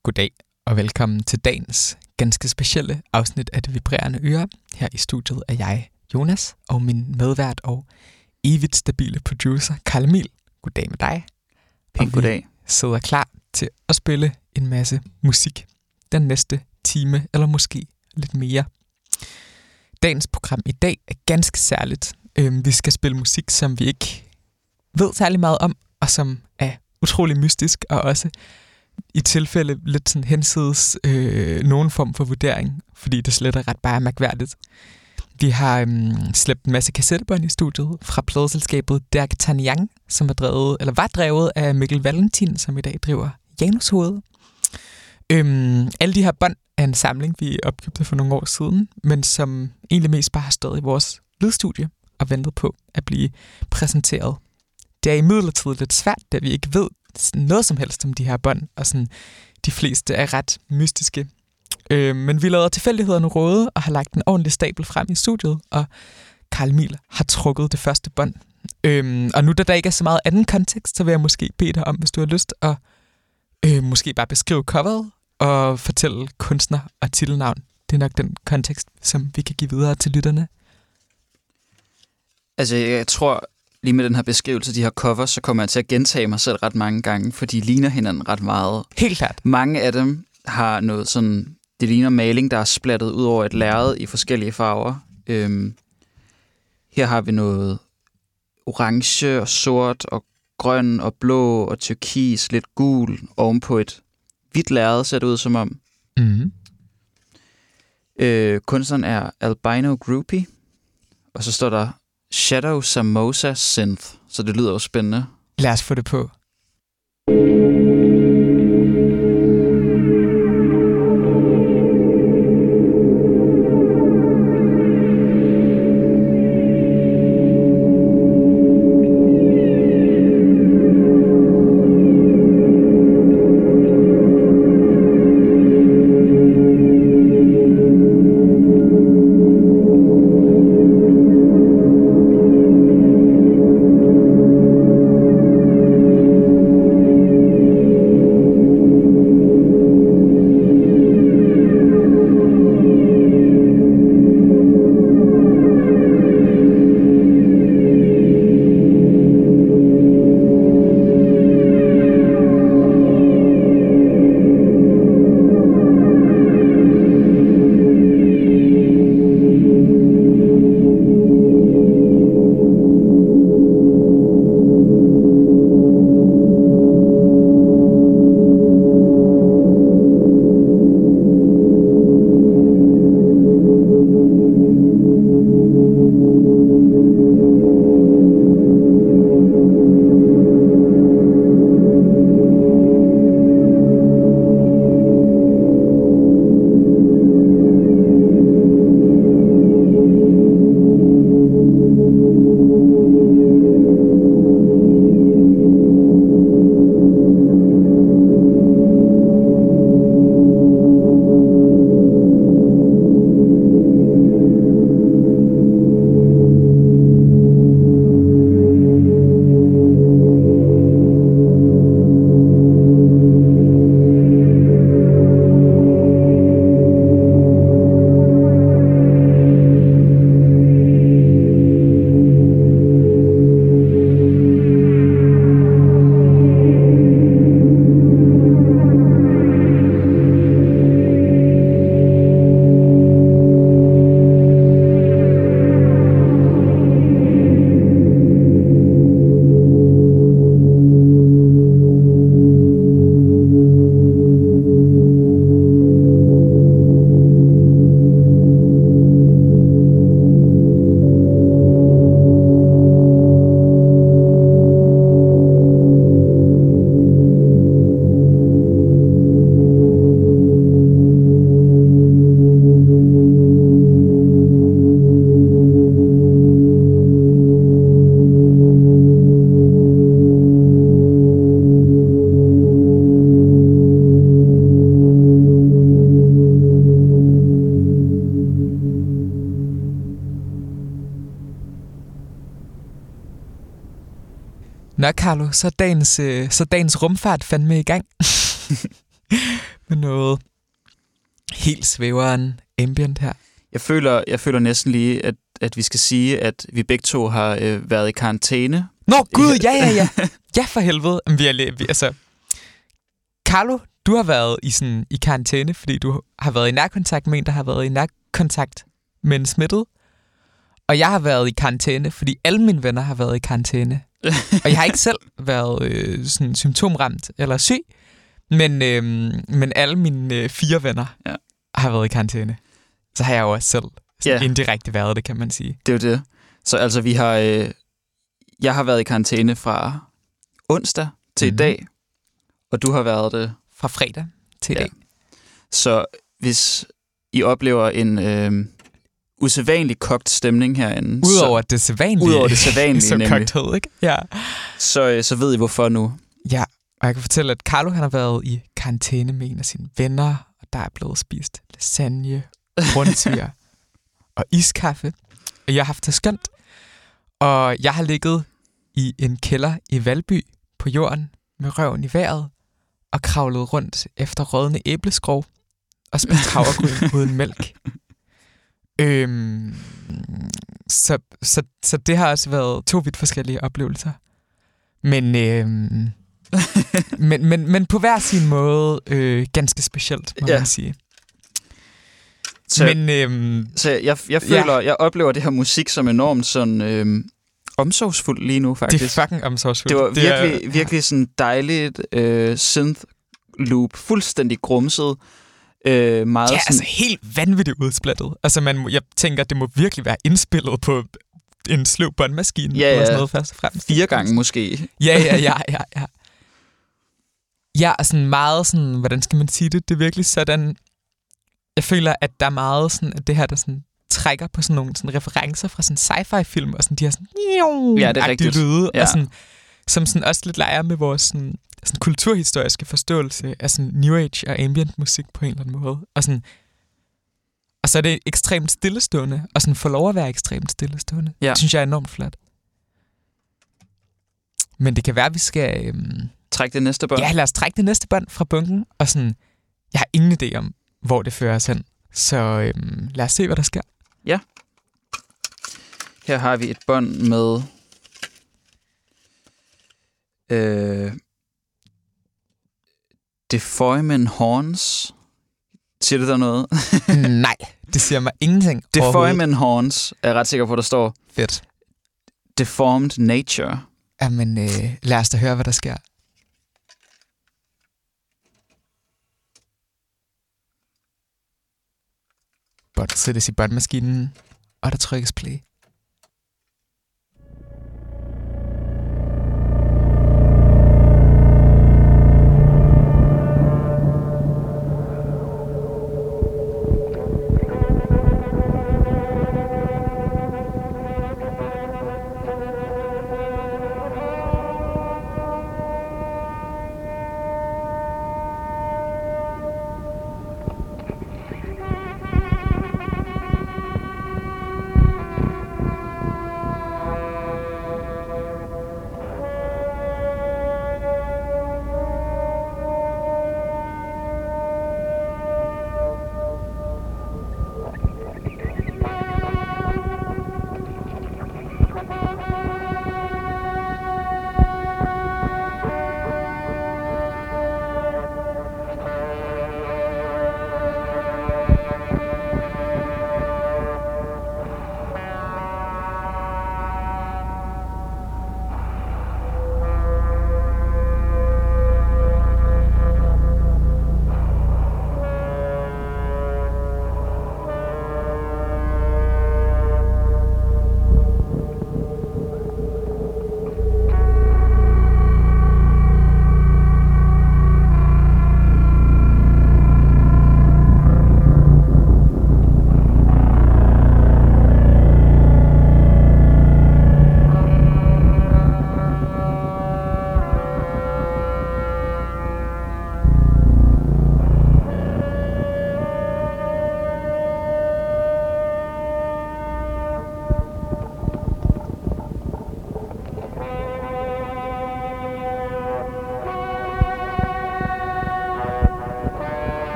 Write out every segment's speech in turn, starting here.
Goddag og velkommen til dagens ganske specielle afsnit af Det Vibrerende Øre. Her i studiet er jeg, Jonas, og min medvært og evigt stabile producer, Carl Emil. Goddag med dig. Pænt goddag. Sidder klar til at spille en masse musik den næste time, eller måske lidt mere. Dagens program i dag er ganske særligt. Vi skal spille musik, som vi ikke ved særlig meget om, og som er utrolig mystisk, og også i tilfælde lidt sådan hensides nogen form for vurdering, fordi det slet er ret bare mærkværdigt. Vi har slæbt en masse kassettebånd i studiet fra pladeselskabet D'Artagnan, som var drevet af Mikkel Valentin, som i dag driver Janushovedet. Alle de her bånd er en samling, vi opkøbte for nogle år siden, men som egentlig mest bare har stået i vores lydstudie og ventet på at blive præsenteret. Det er imidlertid lidt svært, da vi ikke ved noget som helst om de her bånd, og sådan, de fleste er ret mystiske. Men vi lader tilfældighederne råde og har lagt en ordentlig stabel frem i studiet, og Carl Emil har trukket det første bånd. Og nu da der ikke er så meget anden kontekst, så vil jeg måske bede dig om, hvis du har lyst, at måske bare beskrive coveret og fortælle kunstner og titelnavn. Det er nok den kontekst, som vi kan give videre til lytterne. Altså, jeg tror lige med den her beskrivelse af de her covers, så kommer jeg til at gentage mig selv ret mange gange, for de ligner hinanden ret meget. Helt klart. Mange af dem har noget sådan, det ligner maling, der er splattet ud over et lærred i forskellige farver. Her har vi noget orange og sort og grøn og blå og turkis, lidt gul ovenpå et hvidt lærred, ser det ud som om. Mm-hmm. Kunstneren er Albino Groupie, og så står der Shadow Samosa Synth, så det lyder jo spændende. Lad os få det på. Nå, Carlo, så dagens rumfart fandme i gang. med noget helt svæveren ambient her. Jeg føler næsten lige, at vi skal sige, at vi begge to har været i karantæne. Nå, gud, ja. Ja, for helvede. Altså, Carlo, du har været i karantæne, fordi du har været i nærkontakt med en, der har været i nærkontakt med en smittet. Og jeg har været i karantæne, fordi alle mine venner har været i karantæne. Og jeg har ikke selv været sådan symptomramt eller syg, men alle mine 4 venner har været i karantæne. Så har jeg jo også selv indirekte været det, kan man sige. Det er jo det. Så altså, jeg har været i karantæne fra onsdag til i dag, og du har været det fra fredag til i dag. Så hvis I oplever en usædvanlig kogt stemning herinde... Udover det sædvanlige. Så kogt, ikke? Ja. Så ved I hvorfor nu. Ja, og jeg kan fortælle, at Carlo han har været i karantæne med en af sine venner, og der er blevet spist lasagne, rundtyr og iskaffe. Og jeg har haft det skønt. Og jeg har ligget i en kælder i Valby på jorden med røven i vejret og kravlet rundt efter rådne æbleskrog og spist havregryn uden mælk. Så det har også været 2 vidt forskellige oplevelser. Men på hver sin måde ganske specielt, må man sige. Så jeg føler, jeg oplever det her musik som enormt sådan omsorgsfuldt lige nu, faktisk. Det er fucking omsorgsfuldt. Det var virkelig sådan dejligt synth loop, fuldstændig grumset. Meget sådan... altså helt vanvittigt udsplattet. Altså jeg tænker, det må virkelig være indspillet på en sløv båndmaskine. Ja. Eller sådan noget, først og fremmest. 4 gange måske. Ja. Ja, og sådan meget sådan, hvordan skal man sige det? Det er virkelig sådan, jeg føler, at der er meget sådan, at det her, der sådan trækker på sådan nogle sådan referencer fra sådan sci-fi-film, og sådan de her sådan, det er rigtigt. Lyde, og sådan, som sådan også lidt leger med vores sådan kulturhistoriske forståelse af sådan New Age og ambient musik på en eller anden måde. Og så er det ekstremt stillestående, og sådan får lov at være ekstremt stillestående. Ja. Det synes jeg er enormt flot. Men det kan være, at vi skal... trække det næste bånd? Ja, lad os trække det næste bånd fra bunken, og sådan, jeg har ingen idé om, hvor det fører os hen. Så lad os se, hvad der sker. Ja. Her har vi et bånd med... Defoemen Horns. Siger det der noget? Nej, det siger mig ingenting. Defoemen Horns er jeg ret sikker på, der står. Fedt. Deformed Nature. Jamen, lad os da høre, hvad der sker. Bånd sættes i båndmaskinen, og der trykkes play.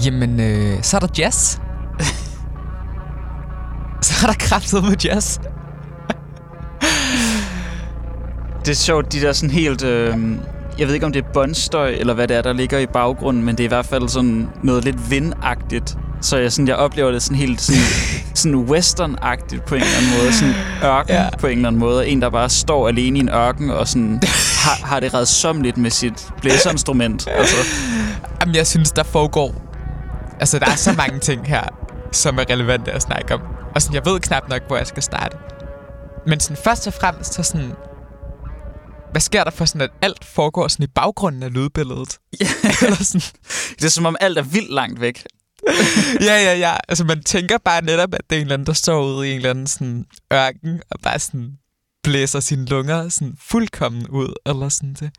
Jamen, så er der jazz. Så er der kraftet med jazz. Det er sjovt, de der sådan helt... jeg ved ikke, om det er båndstøj, eller hvad det er, der ligger i baggrunden, men det er i hvert fald sådan noget lidt vindagtigt. Så jeg oplever det sådan helt sådan western-agtigt på en eller anden måde. Sådan ørken på en eller anden måde. En, der bare står alene i en ørken og sådan har det redsommeligt med sit blæserinstrument. Altså. Jamen, jeg synes, der foregår... Altså, der er så mange ting her, som er relevante at snakke om. Og sådan, jeg ved knap nok, hvor jeg skal starte. Men sådan, først og fremmest, så sådan... Hvad sker der for sådan, at alt foregår sådan i baggrunden af lydbilledet? Eller sådan. Det er som om alt er vildt langt væk. Ja. Altså, man tænker bare netop, at det er en eller anden, der står ude i en eller anden sådan ørken, og bare sådan blæser sine lunger sådan fuldkommen ud, eller sådan det.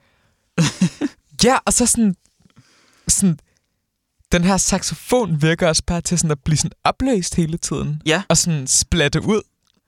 Ja, og så sådan den her saxofon virker også bare til sådan at blive sådan opløst hele tiden. Ja. Og sådan splatte ud.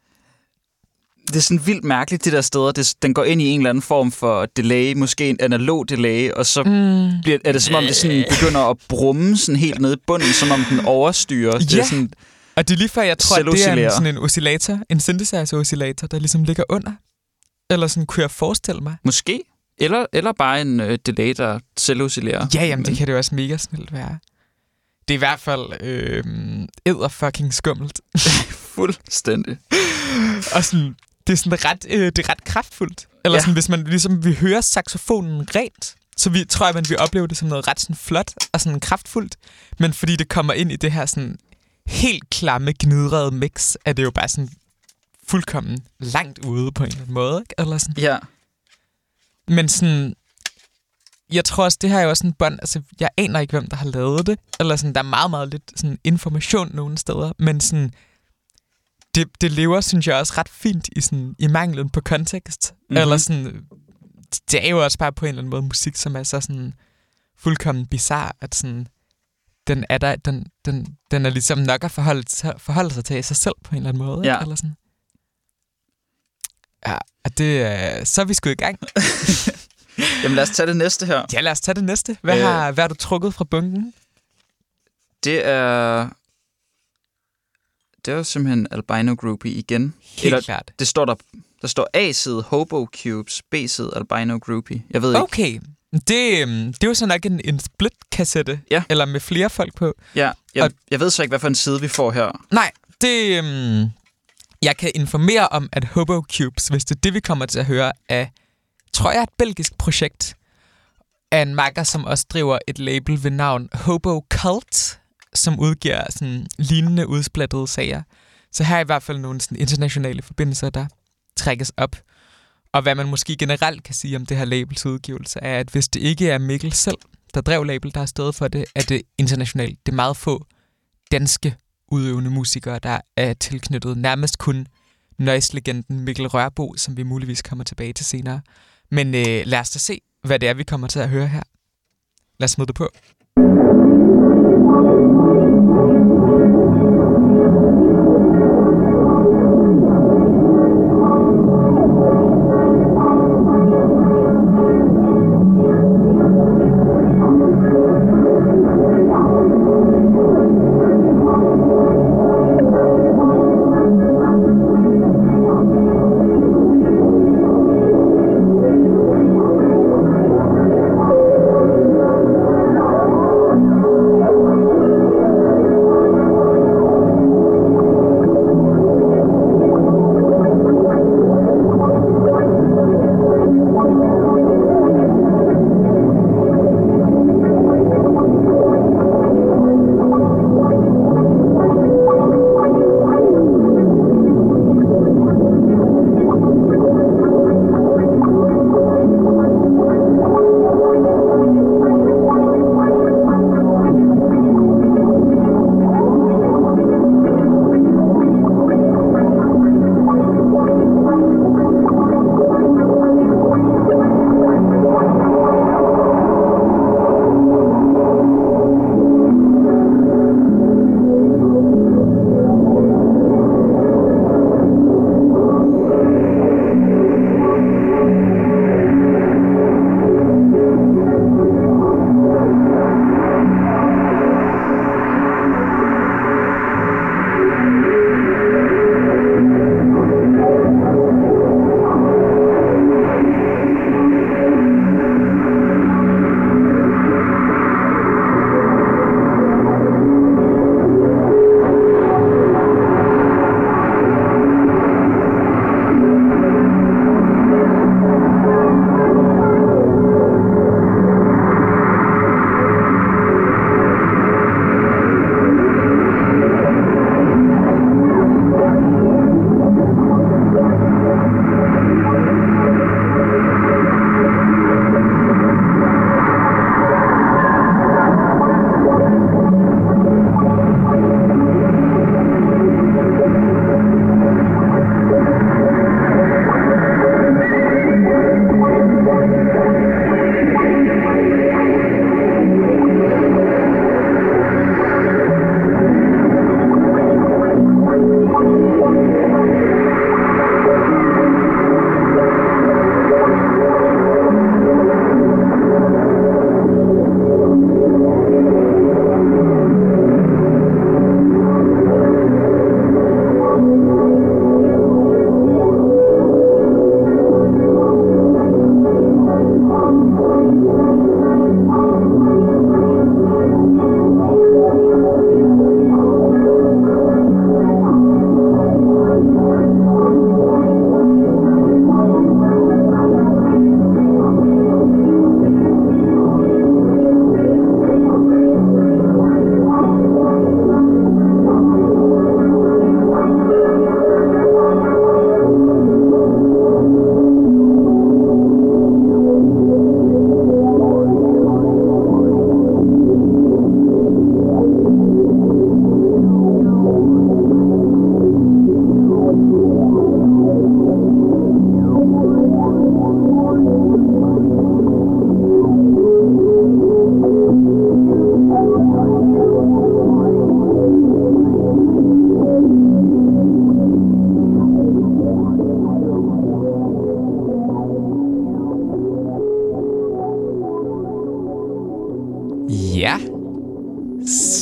Det er sådan vildt mærkeligt, det der steder. Den går ind i en eller anden form for delay, måske en analog delay, og så er det som om, det sådan begynder at brumme sådan helt nede i bunden, som om den overstyrer. Ja, det er sådan og det er lige før, jeg tror, at det er sådan en oscillator, en synthesizer-oscillator, der ligesom ligger under. Eller sådan kunne jeg forestille mig. Måske. Eller bare en delay, der selvoscillerer. Ja, jamen det kan det jo også mega snilt være. Det er i hvert fald edderfucking skummelt. Fuldstændig. Og sådan, det er sådan ret kraftfuldt. Eller sådan, hvis man ligesom vil høre saxofonen rent, så tror jeg, man vil opleve det som noget ret sådan flot og sådan kraftfuldt. Men fordi det kommer ind i det her sådan helt klamme, gnidrede mix, er det jo bare sådan fuldkommen langt ude på en eller anden måde. Ikke? Eller sådan. Ja. Men sådan... Jeg tror også, det her er jo også en bånd, altså jeg aner ikke, hvem der har lavet det, eller sådan, der er meget, meget lidt sådan information nogle steder, men sådan, det lever, synes jeg, også ret fint i manglen på kontekst, eller sådan, det er jo også bare på en eller anden måde musik, som er så sådan fuldkommen bizarre, at sådan, den er ligesom nok at forholde sig til sig selv på en eller anden måde, ja. Eller sådan. Ja, og det så er vi sgu i gang. Jamen lad os tage det næste her. Ja, lad os tage det næste. Hvad har du trukket fra bunken? Det er jo simpelthen Albino Groupie igen. Helt klart. Det står der står A-side Hobo Cubes, B-side Albino Groupie. Jeg ved ikke. Okay. Det er jo så nok en split-kassette, eller med flere folk på. Ja, jeg ved så ikke, hvad for en side vi får her. Nej, jeg kan informere om, at Hobo Cubes, hvis det er det, vi kommer til at høre, tror jeg, et belgisk projekt af en makker, som også driver et label ved navn Hobo Cult, som udgiver sådan lignende udsplattede sager. Så her er i hvert fald nogle sådan internationale forbindelser, der trækkes op. Og hvad man måske generelt kan sige om det her labels udgivelse, er, at hvis det ikke er Mikkel selv, der drev label, der har stået for det, er det internationalt. Det er meget få danske udøvende musikere, der er tilknyttet nærmest kun noise-legenden Mikkel Rørbo, som vi muligvis kommer tilbage til senere. Men lad os da se, hvad det er, vi kommer til at høre her. Lad os smide det på.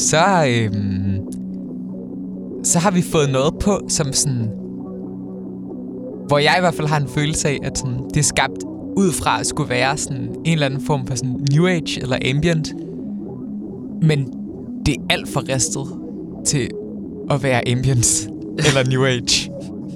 så har vi fået noget på, som sådan, hvor jeg i hvert fald har en følelse af, at sådan, det er skabt ud fra at skulle være sådan en eller anden form for sådan New Age eller ambient. Men det er alt for ristet til at være ambient eller New Age.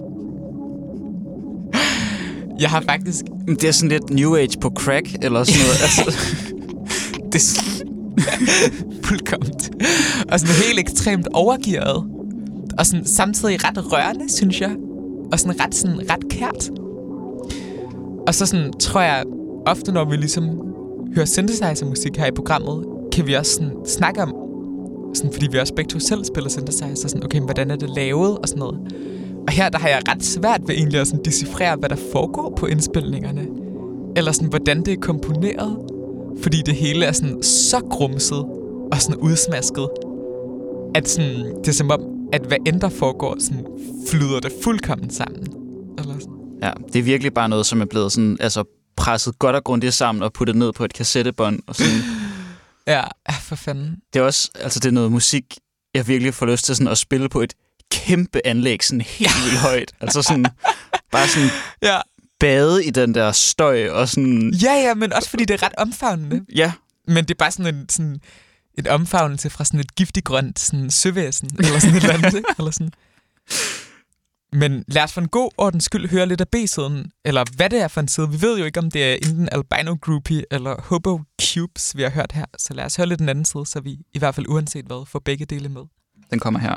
Jeg har faktisk... Det er sådan lidt New Age på crack, eller sådan noget. Altså, det er fuldkomment. Og sådan helt ekstremt overgearet. Og sådan samtidig ret rørende, synes jeg. Og sådan ret kært. Og så sådan, tror jeg, ofte når vi ligesom hører synthesizer-musik her i programmet, kan vi også sådan snakke om, sådan, fordi vi også begge to selv spiller synthesizer, sådan, okay, hvordan er det lavet og sådan noget. Og her, der har jeg ret svært ved egentlig at sådan decifrere, hvad der foregår på indspilningerne. Eller sådan, hvordan det er komponeret. Fordi det hele er sådan så grumset og sådan udsmasket, at sådan, det er som om, at hvad end der foregår, sådan flyder det fuldkommen sammen. Eller sådan. Ja, det er virkelig bare noget, som er blevet sådan, altså presset godt og grundigt sammen og puttet ned på et kassettebånd og sådan. Ja, for fanden. Det er også, altså det er noget musik, jeg virkelig får lyst til sådan at spille på et kæmpe anlæg, sådan helt vildt højt. Altså sådan, bare sådan bade i den der støj og sådan... Ja, men også fordi det er ret omfavnende. Ja. Men det er bare sådan et omfavnelse fra sådan et giftigt grønt sådan søvæsen, eller sådan et eller andet, eller sådan. Men lad os for en god ordens skyld høre lidt af B-siden, eller hvad det er for en side. Vi ved jo ikke, om det er enten Albino Groupie eller Hobo Cubes, vi har hørt her. Så lad os høre lidt den anden side, så vi i hvert fald uanset hvad får begge dele med. Den kommer her.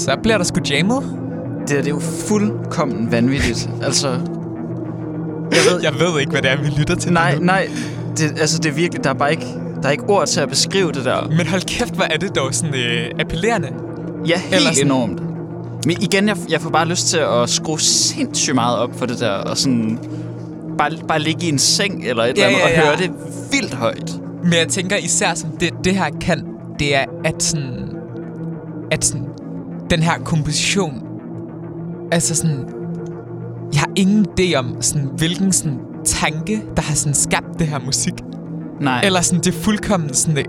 Så bliver der sgu jammet. Det er jo fuldkommen vanvittigt. Altså, jeg ved ikke, hvad det er, vi lytter til. Nej. Det er virkelig, der er ikke ord til at beskrive det der. Men hold kæft, hvor er det dog sådan appellerende. Ja, helt enormt. Men igen, jeg får bare lyst til at skrue sindssygt meget op for det der, og sådan bare ligge i en seng eller et eller andet, og høre det vildt højt. Men jeg tænker især, som det her kan, det er, at den her komposition, altså sådan, jeg har ingen idé om, sådan, hvilken sådan tanke, der har sådan skabt det her musik. Nej. Eller sådan, det er fuldkommen sådan,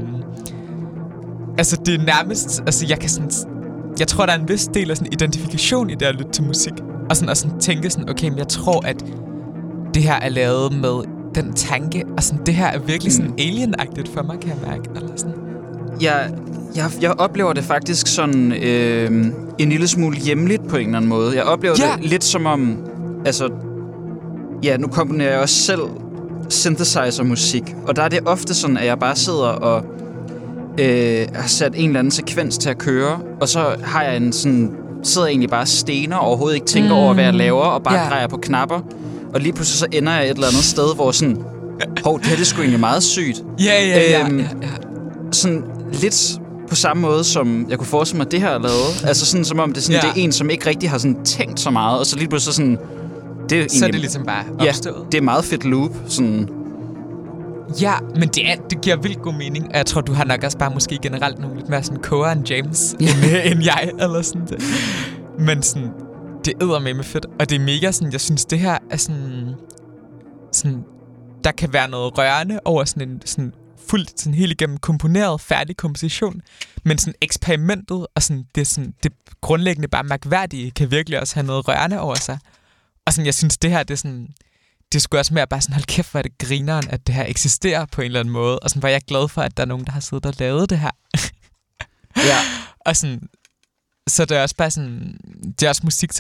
altså det er nærmest, altså jeg tror, der er en vis del af sådan identifikation i det at lytte til musik. Og sådan tænke sådan, okay, men jeg tror, at det her er lavet med den tanke, og sådan, det her er virkelig sådan alien-agtigt for mig, kan jeg mærke. Eller sådan. Jeg oplever det faktisk sådan en lille smule hjemligt på en eller anden måde. Jeg oplever det lidt som om, altså, nu komponerer jeg også selv synthesizer-musik, og der er det ofte sådan, at jeg bare sidder og har sat en eller anden sekvens til at køre, og så har jeg sidder jeg egentlig bare stener og overhovedet ikke tænker over, hvad jeg laver, og bare drejer på knapper, og lige pludselig så ender jeg et eller andet sted, hvor sådan, det her det er sgu egentlig meget sygt. Ja. Sådan lidt på samme måde, som jeg kunne forestille mig, det her er lavet. Altså sådan, som om det er en, som ikke rigtig har sådan tænkt så meget, og så lige pludselig sådan, det er egentlig, så er det ligesom bare opstået. Ja, det er meget fedt loop, sådan. Ja, men det giver vildt god mening. Og jeg tror, du har nok også bare måske generelt nogle lidt mere sådan Koa and James end jeg, eller sådan det. Men sådan, det er eddermame fedt. Og det er mega sådan, jeg synes, det her er sådan der kan være noget rørende over sådan en sådan fuldt sådan helt igennem komponeret, færdig komposition. Men sådan eksperimentet og sådan det grundlæggende bare mærkværdige kan virkelig også have noget rørende over sig. Og sådan, jeg synes, det her, det er sådan, det skulle også mere bare sådan, hold kæft, hvor er det grineren, at det her eksisterer på en eller anden måde. Og sådan var jeg glad for, at der er nogen, der har siddet og lavet det her. Ja. Og sådan, så det er også bare sådan, det er også musik,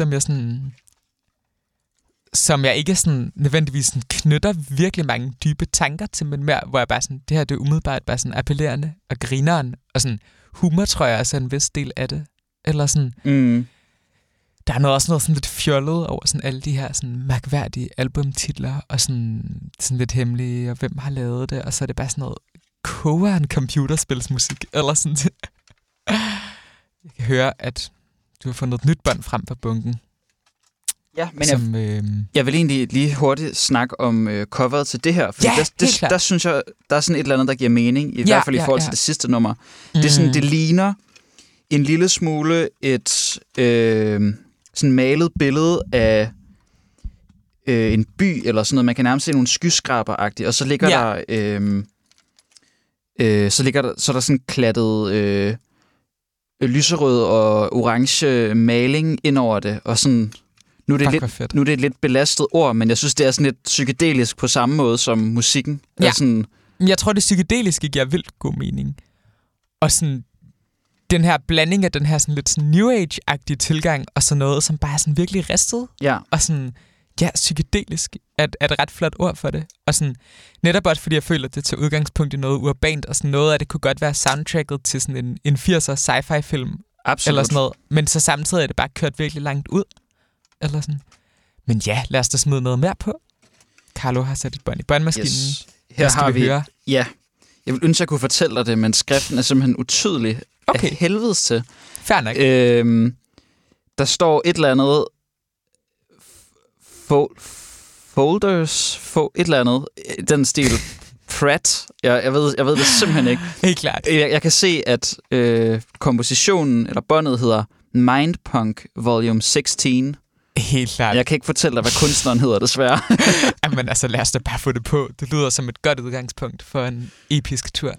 som jeg ikke sådan nødvendigvis sådan knytter virkelig mange dybe tanker til, men mere, hvor jeg bare sådan, det her, det er umiddelbart bare sådan appellerende og grineren. Og sådan, humor tror jeg også er en vis del af det. Eller sådan, der er også noget sådan lidt fjollet over sådan alle de her sådan mærkværdige albumtitler, og sådan lidt hemmelige, og hvem har lavet det, og så er det bare sådan noget Koan computerspilsmusik, eller sådan. Jeg kan høre, at du har fundet et nyt bånd frem fra bunken. Ja, men jeg vil egentlig lige hurtigt snakke om coveret til det her, for der synes jeg, der er sådan et eller andet, der giver mening, i hvert fald i forhold til det sidste nummer. Det er sådan, det ligner en lille smule et sådan malet billede af en by eller sådan noget. Man kan nærmest se nogle skyskraber-agtigt, og så ligger så er der sådan klattet lyserød og orange maling ind over det, og sådan nu er det et lidt belastet ord, men jeg synes, det er sådan lidt psykedelisk på samme måde som musikken. Ja. Sådan, jeg tror, det psykedeliske giver vildt god mening. Og sådan den her blanding af den her sådan lidt sådan New Age-agtige tilgang, og så noget, som bare er sådan virkelig ristet. Ja. Og sådan, psykedelisk er et ret flot ord for det. Og sådan, netop også fordi jeg føler, at det tager udgangspunkt i noget urbant, og sådan noget af det kunne godt være soundtracket til sådan en 80'er sci-fi-film. Absolut. Eller sådan noget. Men så samtidig er det bare kørt virkelig langt ud. Eller sådan. Men ja, lad os da smide noget mere på. Carlo har sat et bånd i båndmaskinen. Yes. Her har vi høre. Ja. Jeg vil ønske, at jeg kunne fortælle dig det, men skriften er simpelthen utydelig. Okay. Af helvedes til. Fair nok. Der står et eller andet folders, et eller andet, den stil, Pratt. Jeg ved det simpelthen ikke. Helt klart. Jeg kan se, at kompositionen, eller båndet hedder Mindpunk Volume 16. Helt klart. Jeg kan ikke fortælle dig, hvad kunstneren hedder, desværre. Jamen altså, lad os da bare få det på. Det lyder som et godt udgangspunkt for en episk tur.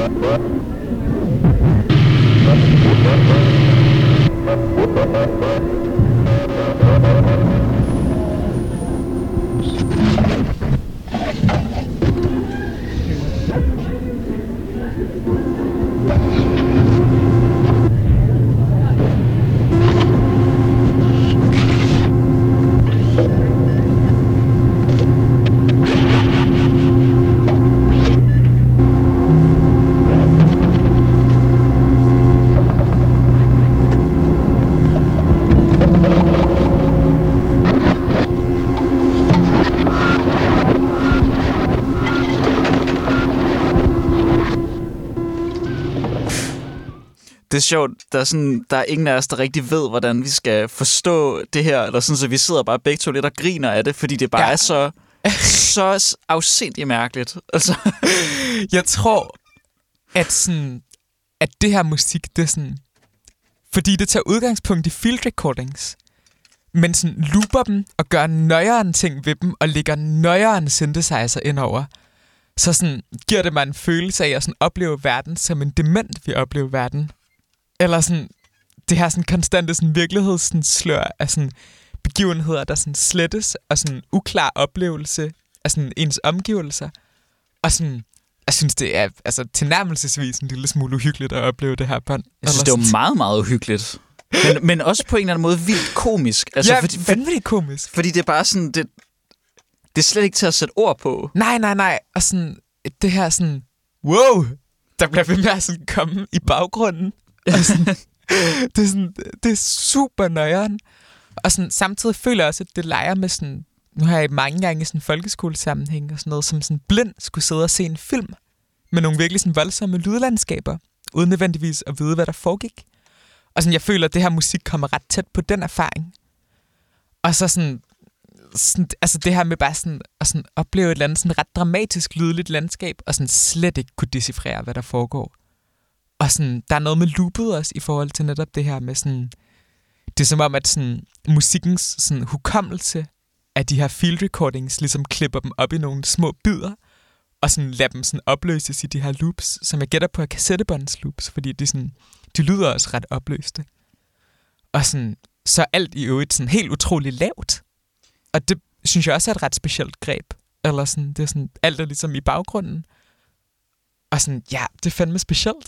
Det er sjovt, der er ingen af os, der rigtig ved, hvordan vi skal forstå det her, eller sådan, så vi sidder bare begge to lidt og griner af det, fordi det bare er så afsindigt mærkeligt. Altså. Jeg tror, at det her musik, det er sådan, fordi det tager udgangspunkt i field recordings, men sådan looper dem og gør nøjere ting ved dem, og lægger nøjere synthesizer indover, så sådan giver det mig en følelse af at sådan opleve verden som en dement, vi oplever verden. Eller sådan, det her sådan konstante sådan virkelighedsslør af sådan begivenheder, der sådan slettes, og sådan uklar oplevelse af sådan ens omgivelser. Og sådan, jeg synes, det er altså tilnærmelsesvis en lille smule uhyggeligt at opleve det her bånd. Jeg synes, det var meget, meget uhyggeligt. Men også på en eller anden måde vildt komisk. Altså, ja, vanvittigt komisk. Fordi det er bare sådan, det er slet ikke til at sætte ord på. Nej. Og sådan, det her sådan, wow, der bliver ved med at sådan komme i baggrunden. Sådan, det er super nøjeren. Og sådan, samtidig føler jeg også, at det leger med sådan, nu har jeg mange gange i sådan folkeskolesammenhæng og sådan noget, som sådan blind skulle sidde og se en film med nogle virkelig sådan voldsomme lydlandskaber, uden nødvendigvis at vide, hvad der foregik. Og sådan, jeg føler, at det her musik kommer ret tæt på den erfaring. Og så sådan altså det her med bare sådan at sådan opleve et eller andet sådan ret dramatisk lydligt landskab, og sådan slet ikke kunne decifrere, hvad der foregår. Og sådan, der er noget med loopet også i forhold til netop det her med sådan, det er som om, at sådan musikkens sådan hukommelse af de her field recordings ligesom klipper dem op i nogle små bidder, og sådan lader dem sådan opløses i de her loops, som jeg gætter på er kassettebåndsloops, fordi de lyder også ret opløste. Og sådan, så alt i øvrigt sådan helt utroligt lavt. Og det synes jeg også er et ret specielt greb. Eller sådan, det er sådan, alt er ligesom i baggrunden. Og sådan, ja, det er fandme specielt.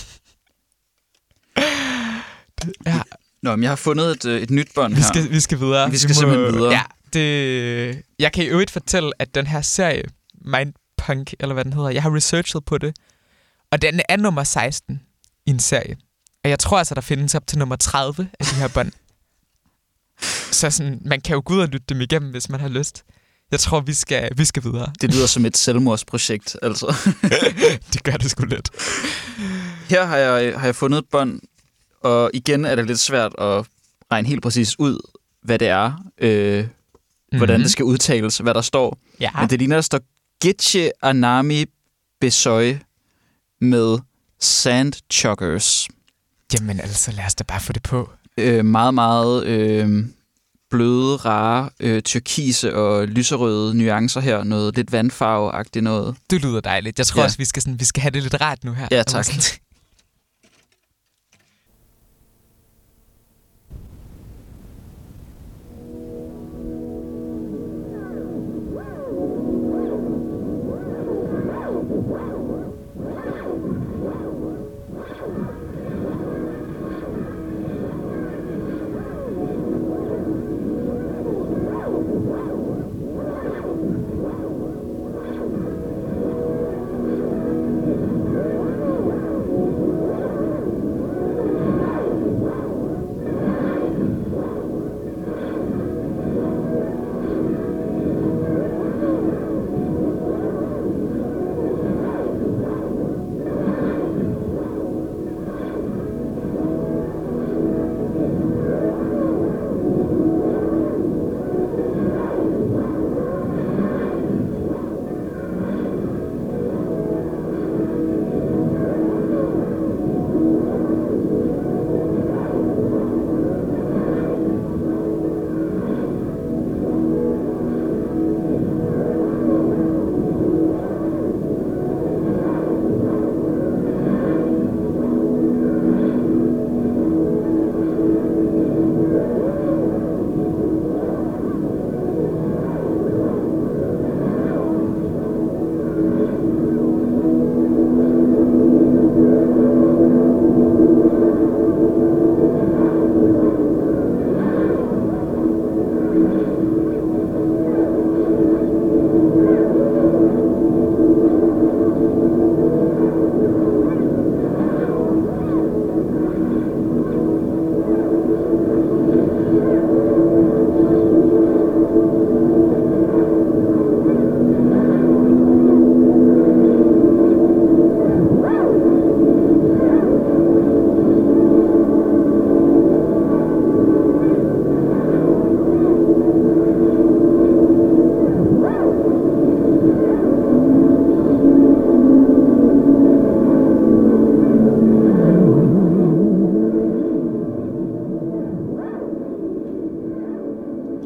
Ja. Nå, men jeg har fundet et nyt bånd her. Vi skal videre. Vi skal simpelthen videre. Ja, jeg kan i øvrigt fortælle, at den her serie, Mindpunk, eller hvad den hedder, jeg har researchet på det. Og den er nummer 16 i en serie. Og jeg tror altså, der findes op til nummer 30 af de her bånd. Så sådan, man kan jo gå ud og lytte dem igennem, hvis man har lyst. Jeg tror, vi skal videre. Det lyder som et selvmordsprojekt, altså. Det gør det sgu lidt. Her har jeg fundet et bånd, og igen er det lidt svært at regne helt præcis ud, hvad det er, hvordan det skal udtales, hvad der står. Ja. Men det ligner, der står Gitche Anami Besoy med Sand Chuggers. Jamen altså, lad os da bare få det på. Meget, meget bløde, rare, turkise og lyserøde nuancer her. Noget lidt vandfarve-agtigt noget. Det lyder dejligt. Jeg tror også, vi skal have det lidt rart nu her. Ja, tak.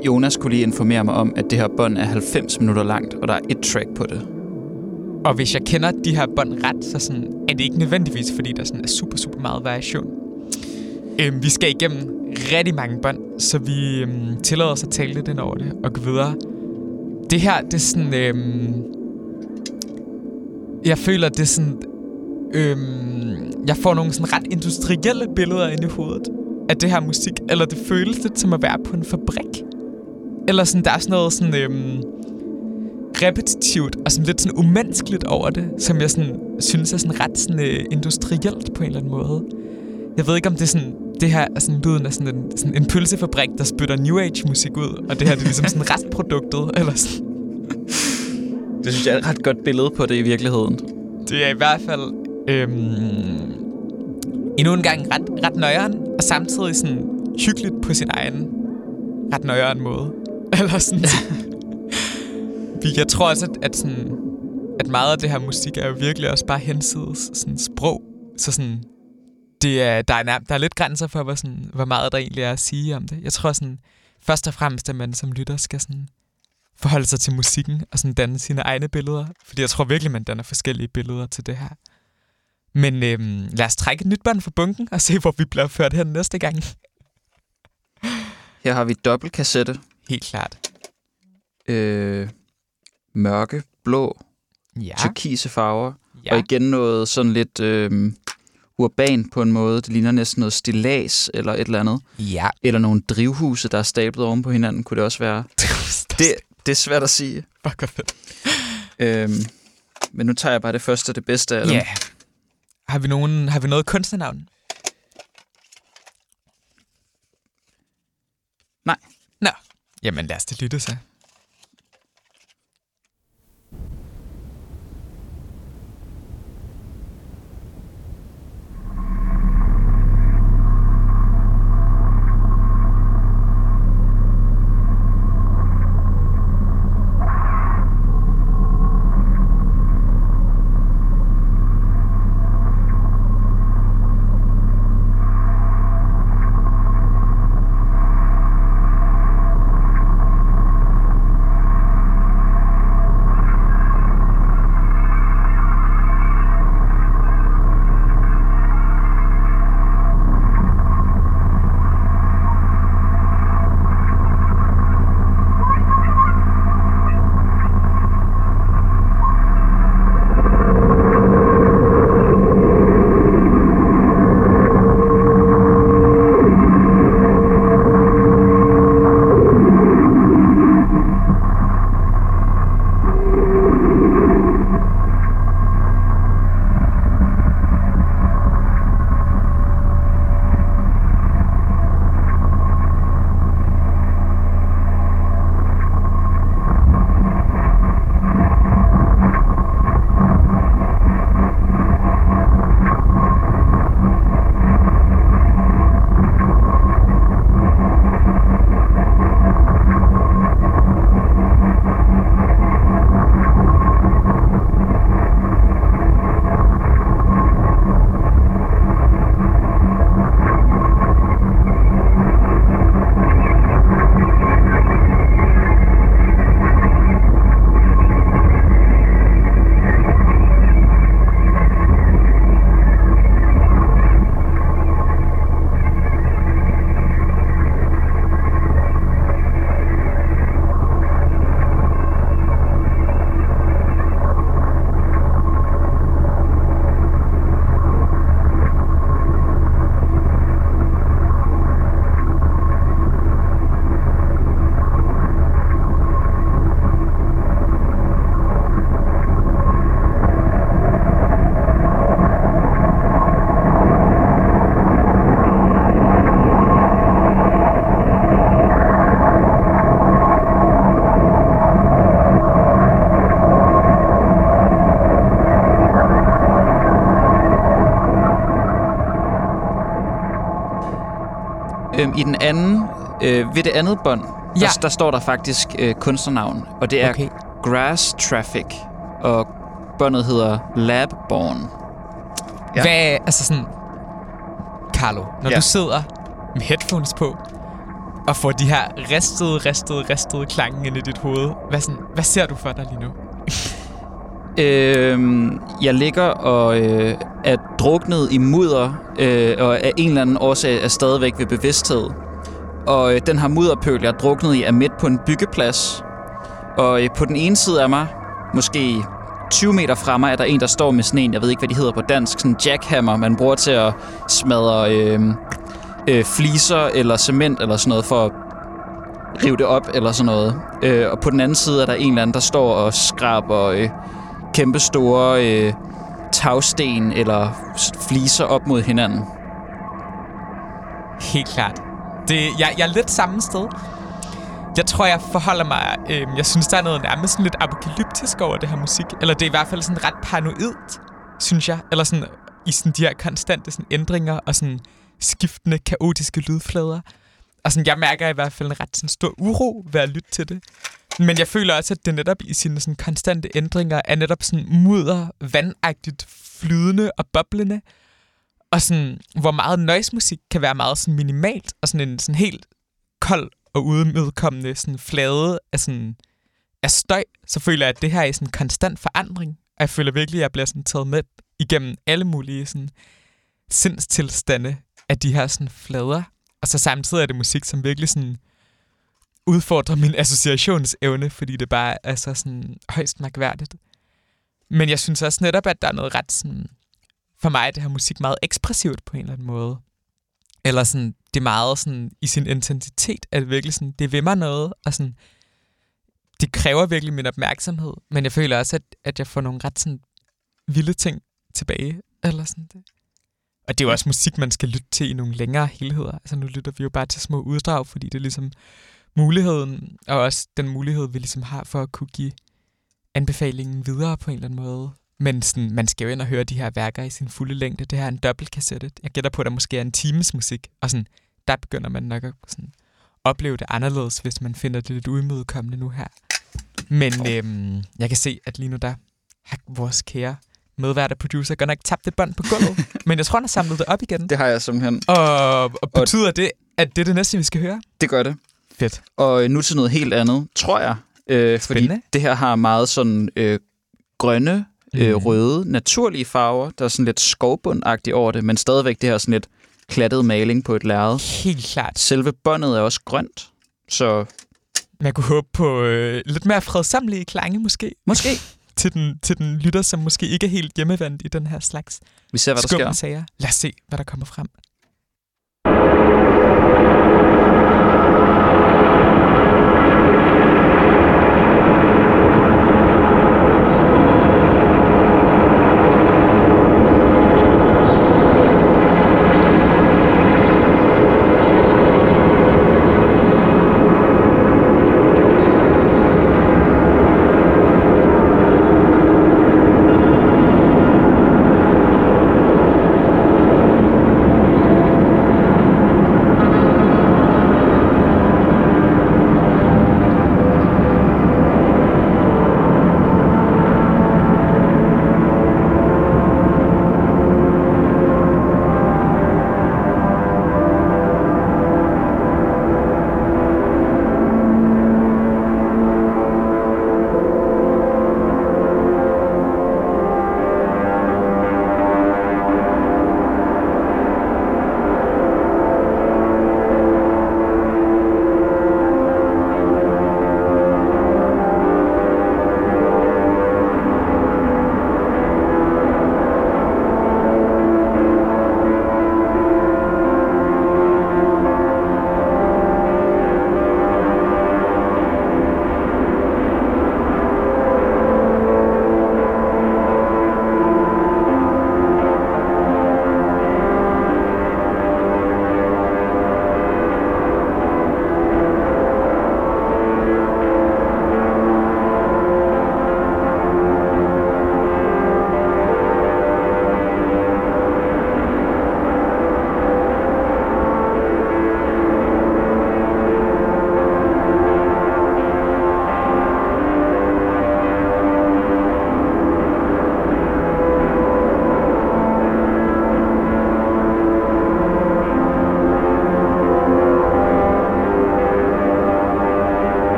Jonas kunne lige informere mig om, at det her bånd er 90 minutter langt, og der er et track på det. Og hvis jeg kender de her bånd ret, så sådan, er det ikke nødvendigvis, fordi der sådan er super, super meget variation. Vi skal igennem rigtig mange bånd, så vi tillader os at tale lidt ind over det og gå videre. Det her, det er sådan... jeg føler, det er sådan... jeg får nogle sådan ret industrielle billeder ind i hovedet af det her musik. Eller det føles lidt som at være på en fabrik. Eller sådan, der er sådan noget sådan... repetitivt og sådan lidt sådan umenneskeligt over det, som jeg sådan synes er sådan ret sådan industrielt på en eller anden måde. Jeg ved ikke, om det er sådan... Det her er sådan lyden af sådan en pølsefabrik, der spytter New Age-musik ud, og det her det er ligesom sådan restproduktet, eller sådan. Det synes jeg er et ret godt billede på det i virkeligheden. Det er i hvert fald endnu en gang ret nøjeren, og samtidig sådan hyggeligt på sin egen ret nøjeren måde. Eller sådan. Jeg tror også, at meget af det her musik er jo virkelig også bare hensides sådan sprog. Så sådan... der er lidt grænser for, hvor meget der egentlig er at sige om det. Jeg tror sådan, først og fremmest, at man som lytter skal sådan forholde sig til musikken og sådan danne sine egne billeder. Fordi jeg tror virkelig, man danner forskellige billeder til det her. Men lad os trække et nyt bånd fra bunken og se, hvor vi bliver ført hen næste gang. Her har vi dobbeltkassette. Helt klart. Mørke, blå, turkise farver. Og igen noget sådan lidt... urban på en måde. Det ligner næsten noget stillads eller et eller andet. Ja. Eller nogle drivhuse, der er stablet oven på hinanden, kunne det også være. Det er svært at sige. Fuck, fedt. Men nu tager jeg bare det første og det bedste af dem. Ja. Har vi noget kunstnernavn? Nej. Nå. Jamen lad os det lytte så. I den anden, ved det andet bånd, der står der faktisk kunstnernavn, og det er Grass Traffic, og båndet hedder Labborn. Ja. Hvad, altså sådan, Carlo, når du sidder med headphones på, og får de her ristede klange ind i dit hoved. Hvad ser du for dig lige nu? Jeg ligger og er druknet i mudder, og af en eller anden årsag er stadigvæk ved bevidsthed. Og den her mudderpøl, jeg er druknet i, er midt på en byggeplads. Og på den ene side af mig, måske 20 meter fra mig, er der en, der står med sådan en, jeg ved ikke, hvad de hedder på dansk, sådan en jackhammer, man bruger til at smadre fliser eller cement eller sådan noget, for at rive det op eller sådan noget. Og på den anden side er der en eller anden, der står og skraber kæmpe store tagsten eller fliser op mod hinanden. Helt klart. Jeg er lidt samme sted. Jeg tror, jeg forholder mig... jeg synes, der er noget nærmest sådan lidt apokalyptisk over det her musik. Eller det er i hvert fald sådan ret paranoidt, synes jeg. Eller sådan i sådan de her konstante sådan ændringer og sådan skiftende, kaotiske lydflader. Og sådan, jeg mærker i hvert fald en ret sådan stor uro ved at lytte til det. Men jeg føler også, at det netop i sine sådan konstante ændringer er netop sådan mudder, vandagtigt, flydende og boblende. Og sådan, hvor meget noise-musik kan være meget sådan minimalt, og sådan en sådan helt kold og udmødekommende sådan flade af støj, så føler jeg, at det her er sådan en konstant forandring. Og jeg føler virkelig, at jeg bliver sådan taget med igennem alle mulige sådan sindstilstande af de her sådan flader. Og så samtidig er det musik, som virkelig sådan udfordrer min associationsevne, fordi det bare er så sådan højst mærkværdigt. Men jeg synes også netop, at der er noget ret sådan... For mig er det her musik meget ekspressivt på en eller anden måde. Eller sådan, det er meget sådan, i sin intensitet, at det virkelig sådan, det vil mig noget, og sådan, det kræver virkelig min opmærksomhed. Men jeg føler også, at jeg får nogle ret sådan vilde ting tilbage, eller sådan det. Og det er jo også musik, man skal lytte til i nogle længere helheder. Altså nu lytter vi jo bare til små uddrag, fordi det er ligesom muligheden, og også den mulighed, vi ligesom har for at kunne give anbefalingen videre på en eller anden måde. Men sådan, man skal jo ind og høre de her værker i sin fulde længde. Det her er en dobbeltkassette. Jeg gætter på, at der måske er en times musik. Og sådan, der begynder man nok at sådan, opleve det anderledes, hvis man finder det lidt udmødekommende nu her. Men jeg kan se, at lige nu der har vores kære medvært og producer godt nok tabt et bånd på gulvet. Men jeg tror, han har samlet det op igen. Det har jeg simpelthen. Og betyder det, at det er det næste, vi skal høre? Det gør det. Fedt. Og nu til noget helt andet, tror jeg. Fordi det her har meget sådan grønne, røde, naturlige farver. Der er sådan lidt skovbundagtigt over det, men stadigvæk det her sådan lidt klattet maling på et lærred. Helt klart. Selve båndet er også grønt, så... Man kunne håbe på lidt mere fredsamlige klange, måske. Måske. til den lytter, som måske ikke er helt hjemmevandt i den her slags vi ser, hvad der sker. Sager. Lad os se, hvad der kommer frem.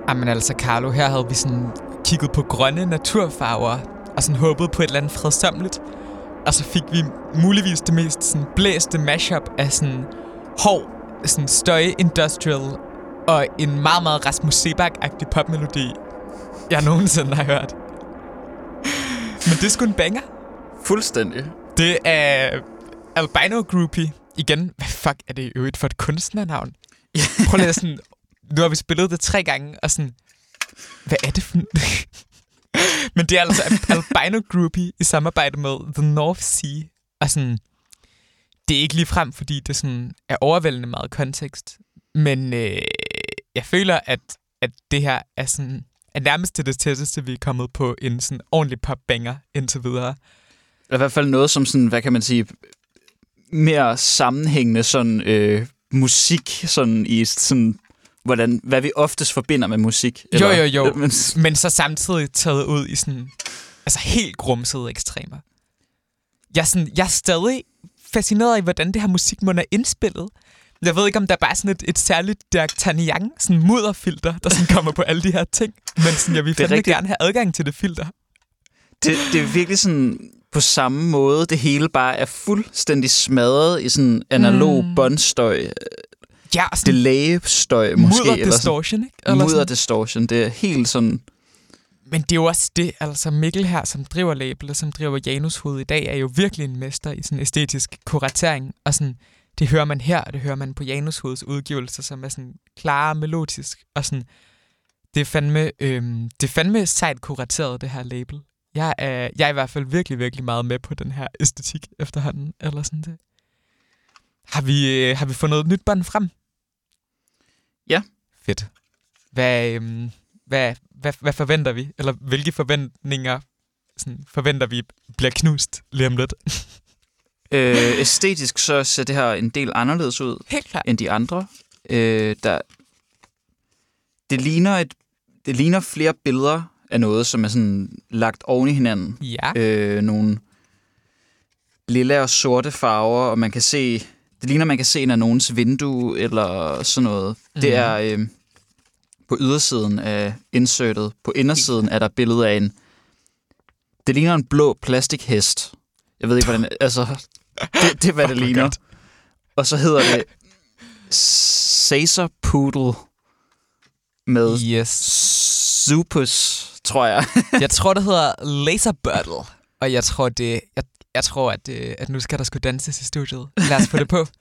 Jamen altså, Carlo, her havde vi sådan kigget på grønne naturfarver og sådan håbet på et eller andet fredsomligt. Og så fik vi muligvis det mest sådan blæste mashup af sådan hård, sådan støj-industrial og en meget, meget Rasmus Sebak-agtig popmelodi, jeg nogensinde har hørt. Men det er sgu en banger. Fuldstændig. Det er Albino Groupie. Igen, hvad fuck er det i øvrigt for et kunstnernavn? Prøv lige sådan, nu har vi spillet det 3 gange, og sådan, hvad er det for... Men det er altså Albino Groupie i samarbejde med The North Sea. Og sådan, det er ikke lige frem, fordi det sådan er overvældende meget kontekst. Men jeg føler, at det her er sådan er nærmest det tætteste, vi er kommet på en sådan ordentlig popbanger indtil videre. Eller i hvert fald noget som sådan, hvad kan man sige, mere sammenhængende sådan musik, sådan i sådan, hvad vi oftest forbinder med musik. Eller? Jo. Men så samtidig taget ud i sådan, altså helt grumsede ekstremer. Jeg er stadig fascineret af, hvordan det her musikmål er indspillet. Jeg ved ikke, om der er bare sådan et særligt D'Artagnan, sådan mudderfilter, der sådan kommer på alle de her ting. Men sådan, jeg vil fandme gerne have adgang til det filter. Det er virkelig sådan på samme måde. Det hele bare er fuldstændig smadret i sådan analog båndstøj. Ja, sådan delay-støj måske. Mudder-distortion, ikke? Mudder-distortion, det er helt sådan... Men det er jo også det, altså Mikkel her, som driver labelet, som driver Janushoved i dag, er jo virkelig en mester i sådan æstetisk kuratering. Og sådan, det hører man her, og det hører man på Janushoveds udgivelser, som er sådan klare, melodisk. Og sådan, det er fandme sejt kurateret, det her label. Jeg er i hvert fald virkelig, virkelig meget med på den her æstetik efterhånden, eller sådan det. Har vi fundet et nyt bånd frem? Ja. Fedt. Hvad forventer vi? Eller hvilke forventninger sådan, forventer vi bliver knust lige om lidt? Æstetisk så ser det her en del anderledes ud end de andre. Det ligner flere billeder af noget, som er sådan lagt oven i hinanden. Ja. Nogle lilla og sorte farver, og man kan se... Det ligner, man kan se en af nogens vindue, eller sådan noget. Mm. Det er på ydersiden af insertet. På indersiden er der billede af en... Det ligner en blå plastikhest. Jeg ved ikke, hvordan... Altså, det er, hvad det ligner. God. Og så hedder det Caesar Poodle med Supus, tror jeg. Jeg tror, det hedder Laser Battle. Og jeg tror, at nu skal der sgu danses i studiet. Lad os få det på.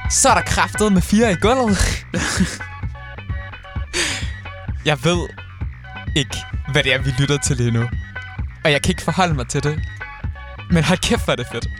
Så er der kraftet med 4 i gulvet. Jeg ved ikke, hvad det er, vi lytter til lige nu. Og jeg kan ikke forholde mig til det. Men hold kæft, hvor er det fedt.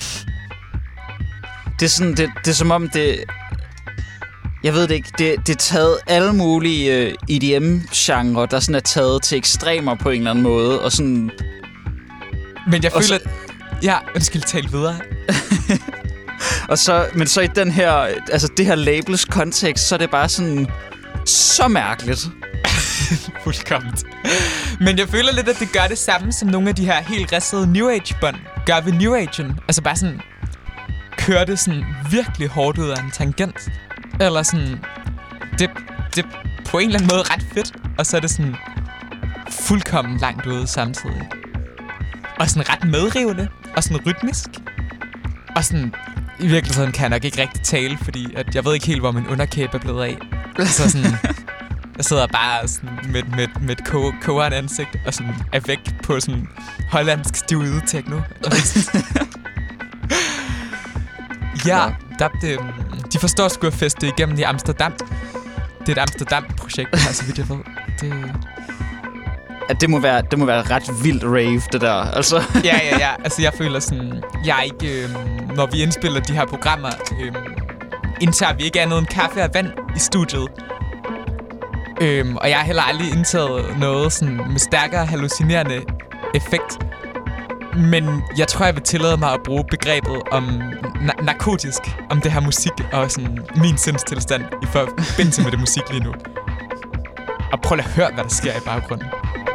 Det er sådan, det er som om det... Jeg ved det ikke. Det er taget alle mulige EDM-genre, der sådan er taget til ekstremer på en eller anden måde. Og sådan... Men jeg føler... Ja, undskyld, tale videre. Og så, men så i den her... Altså, det her labels kontekst, så er det bare sådan... Så mærkeligt. Fuldkomment. Men jeg føler lidt, at det gør det samme, som nogle af de her helt ristede New Age-bånd gør ved New Age'en. Altså bare sådan... Kører det sådan virkelig hårdt ud af en tangent. Eller sådan... Det på en eller anden måde ret fedt. Og så er det sådan... Fuldkommen langt ude samtidig. Og sådan ret medrivende. Og sådan rytmisk. Og sådan... I virkeligheden kan jeg nok ikke rigtig tale, fordi at jeg ved ikke helt, hvor min underkæbe er blevet af. Så sådan... Jeg sidder bare sådan med et kogeren ansigt og sådan er væk på sådan hollandsk stivide techno. Ja, de forstår sgu at feste igennem i Amsterdam. Det er et Amsterdam-projekt, så vidt jeg ved. Det må være ret vildt rave, det der. Altså. Ja. Altså, jeg føler sådan... Jeg er ikke... når vi indspiller de her programmer, indtager vi ikke andet end kaffe og vand i studiet. Og jeg har heller aldrig indtaget noget sådan med stærkere hallucinerende effekt. Men jeg tror, jeg vil tillade mig at bruge begrebet om narkotisk, om det her musik og sådan min sindstilstand i forbindelse med det musik lige nu. Og prøv at høre, hvad der sker i baggrunden.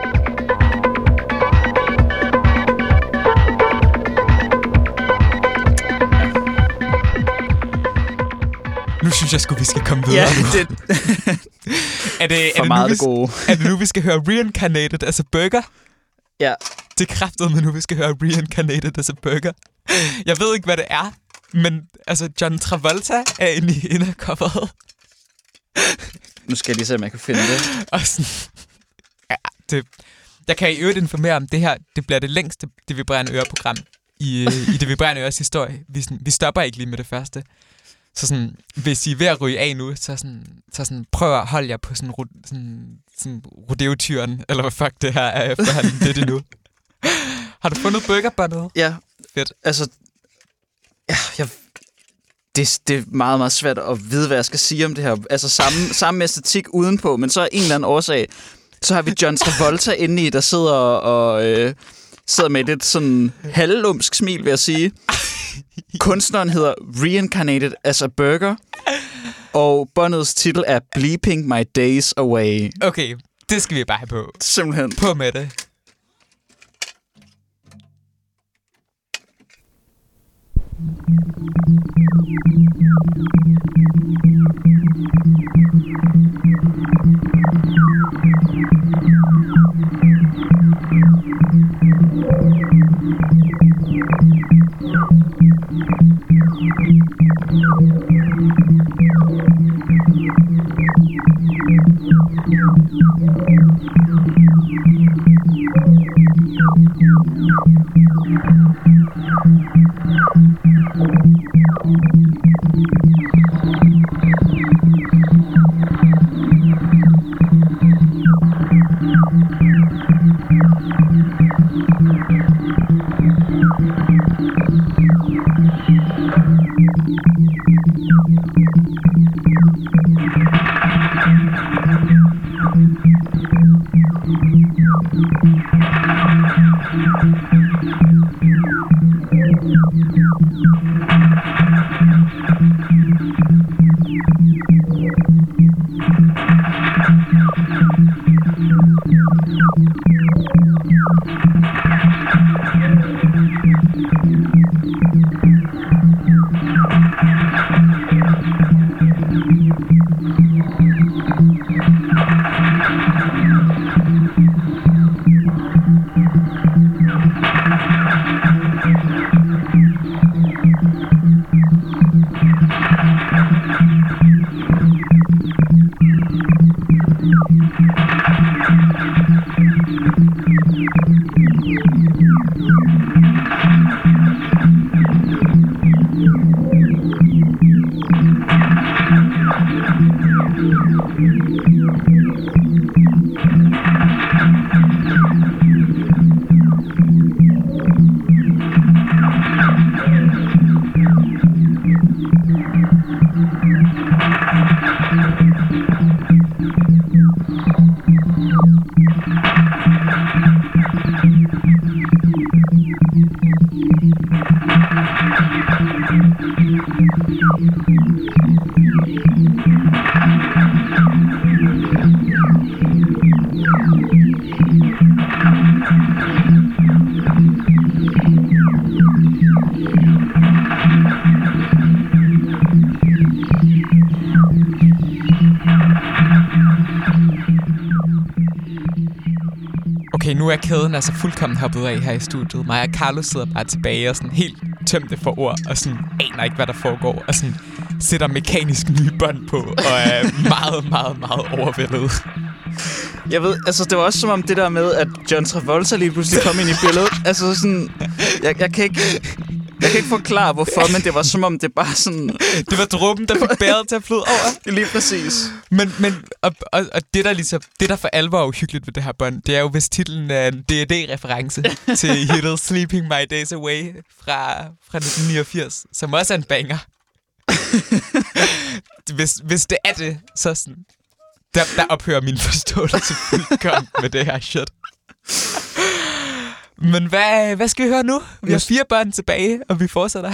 Nu synes jeg sgu, vi skal komme videre. Ja, er det nu, vi skal høre Reincarnated as a Burger? Ja. Det er kraftedeme nu, vi skal høre Reincarnated as a Burger. Jeg ved ikke, hvad det er, men altså John Travolta er inde i coveret. Nu skal jeg lige se, om jeg kan finde det. Og sådan, ja, jeg kan i øvrigt informere om det her. Det bliver det længste Det Vibrerende Øre-program i Det Vibrerende Øres historie. Vi stopper ikke lige med det første. Så sådan, hvis I er ved at ryge af nu, så sådan prøv at holde jer på sådan rodeotyren, eller hvad fuck det her er efterhånden det nu. Har du fundet burgerbåndet? Ja. Fedt. Altså, ja, det er meget, meget svært at vide, hvad jeg skal sige om det her. Altså samme æstetik udenpå, men så er en eller anden årsag. Så har vi John Travolta inde i, der sidder med et lidt sådan halvlumsk smil, vil jeg sige. Kunstneren hedder Reincarnated as a Burger, og båndets titel er Bleeping My Days Away. Okay, det skal vi bare have på. Simpelthen. På med det. Okay, nu er kæden altså fuldkommen hoppet af her i studiet. Mig og Carlo sidder bare tilbage og sådan helt tømte for ord, og sådan aner ikke, hvad der foregår, og sådan sætter mekanisk nye bånd på, og er meget, meget, meget overvældet. Jeg ved, altså det var også som om det der med, at John Travolta lige pludselig kom ind i billedet. Altså sådan, jeg kan ikke forklare hvorfor, men det var som om det bare sådan... Det var dråben, der fik bæret til at flyde over. Lige præcis. Men det der ligesom, det der for alvor er uhyggeligt ved det her bånd, det er jo, hvis titlen er en D&D-reference til hittet Sleeping My Days Away fra 1989, som også er en banger. hvis det er det, så sådan... Der ophører min forståelse fuldkommen med det her shit. Men hvad skal vi høre nu? Vi har 4 børn tilbage, og vi fortsætter.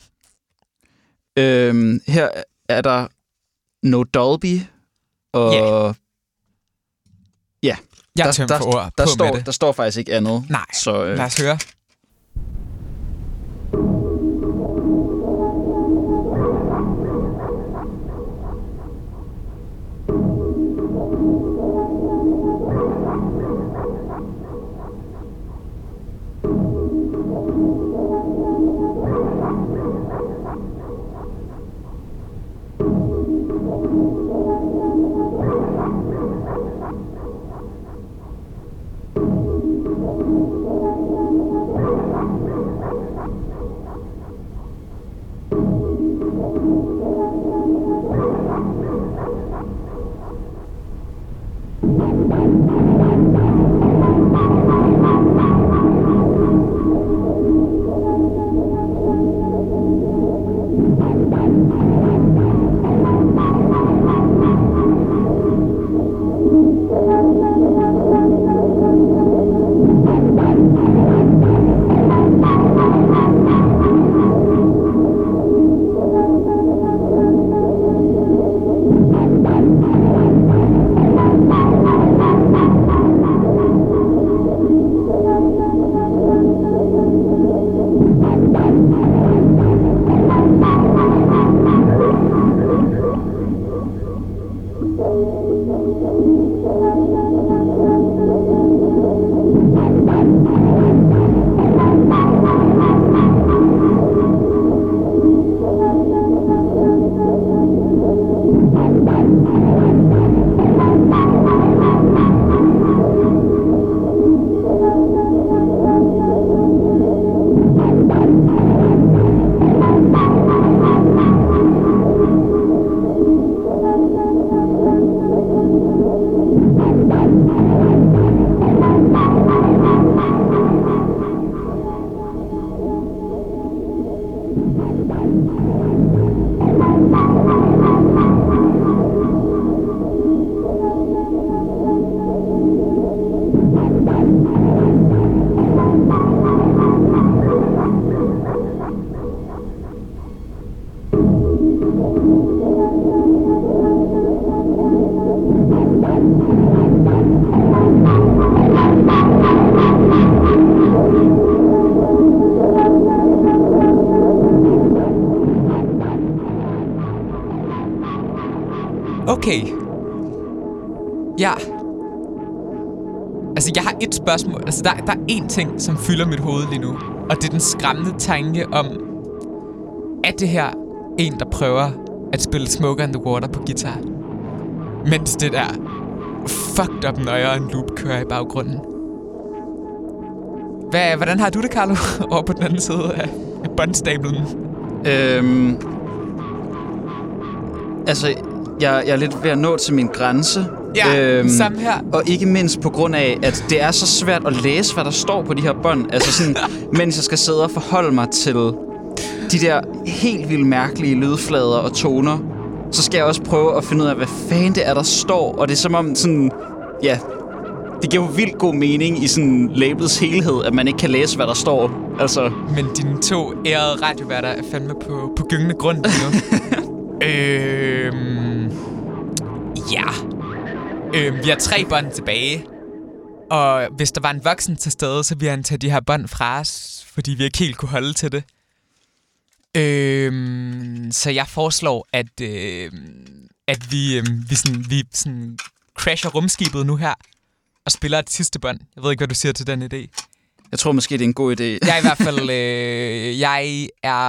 Her er der No Dolby, og... Ja. Jeg er tømt for ord på med det. Der står faktisk ikke andet. Nej, så, lad os høre. Okay. Ja. Altså, jeg har et spørgsmål. Altså, der er én ting, som fylder mit hoved lige nu. Og det er den skræmmende tanke om, er det her en, der prøver at spille Smoke on the Water på guitar, mens det der fucked up nøjeren loop kører i baggrunden? Hvordan har du det, Carlo, over på den anden side af båndstablen? Altså, jeg er lidt ved at nå til min grænse. Ja, samme her. Og ikke mindst på grund af, at det er så svært at læse, hvad der står på de her bånd. Altså sådan, mens jeg skal sidde og forholde mig til de der helt vildt mærkelige lydflader og toner, så skal jeg også prøve at finde ud af, hvad fanden det er, der står. Og det er som om sådan, ja, det giver jo vildt god mening i sådan labels helhed, at man ikke kan læse, hvad der står. Altså. Men dine 2 ærede radioværter er fandme på gyngende grund nu. Ja. Vi har 3 bånd tilbage. Og hvis der var en voksen til stede, så ville han tage de her bånd fra os, fordi vi ikke helt kunne holde til det. Så jeg foreslår, at vi sådan crasher rumskibet nu her og spiller et sidste bånd. Jeg ved ikke, hvad du siger til den idé. Jeg tror måske, det er en god idé. Jeg er i hvert fald jeg er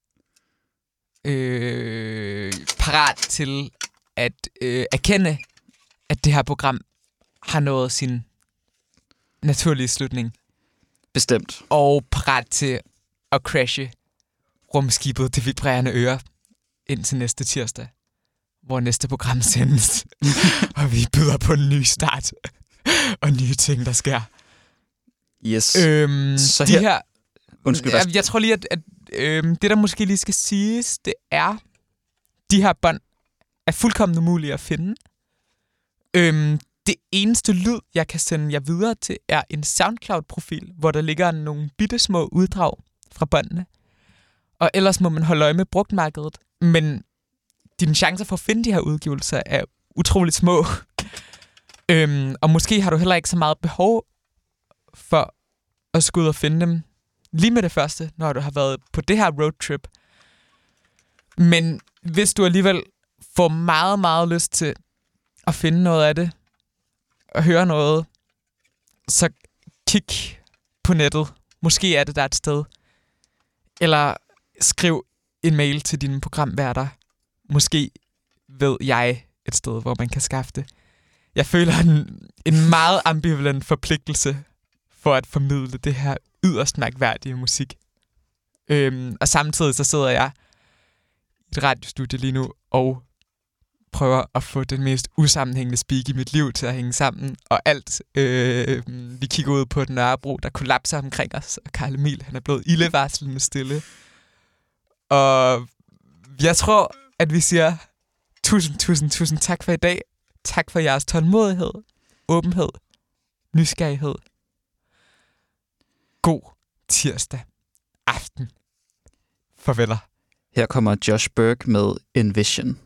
parat til at erkende, at det her program har nået sin naturlige slutning. Bestemt. Og parat til at crashe rumskibet Det Vibrerende Øre indtil næste tirsdag, hvor næste program sendes. Og vi byder på en ny start og nye ting, der sker. Yes. Så de her... Undskyld. Jeg tror lige, at det, der måske lige skal siges, det er, de her bånd er fuldkommen umulige at finde. Det eneste lyd, jeg kan sende jer videre til, er en SoundCloud-profil, hvor der ligger nogle bittesmå uddrag fra båndene. Og ellers må man holde øje med brugtmarkedet. Men dine chancer for at finde de her udgivelser er utroligt små. Og måske har du heller ikke så meget behov for at skulle ud og finde dem lige med det første, når du har været på det her roadtrip. Men hvis du alligevel får meget, meget lyst til at finde noget af det, og høre noget, så kig på nettet. Måske er det der et sted. Eller skriv en mail til dine programværter. Måske ved jeg et sted, hvor man kan skaffe det. Jeg føler en meget ambivalent forpligtelse for at formidle det her yderst mærkværdige musik. Og samtidig så sidder jeg i et radiostudie lige nu og prøver at få den mest usammenhængende speak i mit liv til at hænge sammen. Og alt, vi kigger ud på den Nørrebro, der kollapser omkring os. Og Karl Emil, han er blevet ildevarslende stille. Og jeg tror, at vi siger tusind tak for i dag. Tak for jeres tålmodighed, åbenhed, nysgerrighed. God tirsdag aften. Farveler. Her kommer Josh Berg med Envision.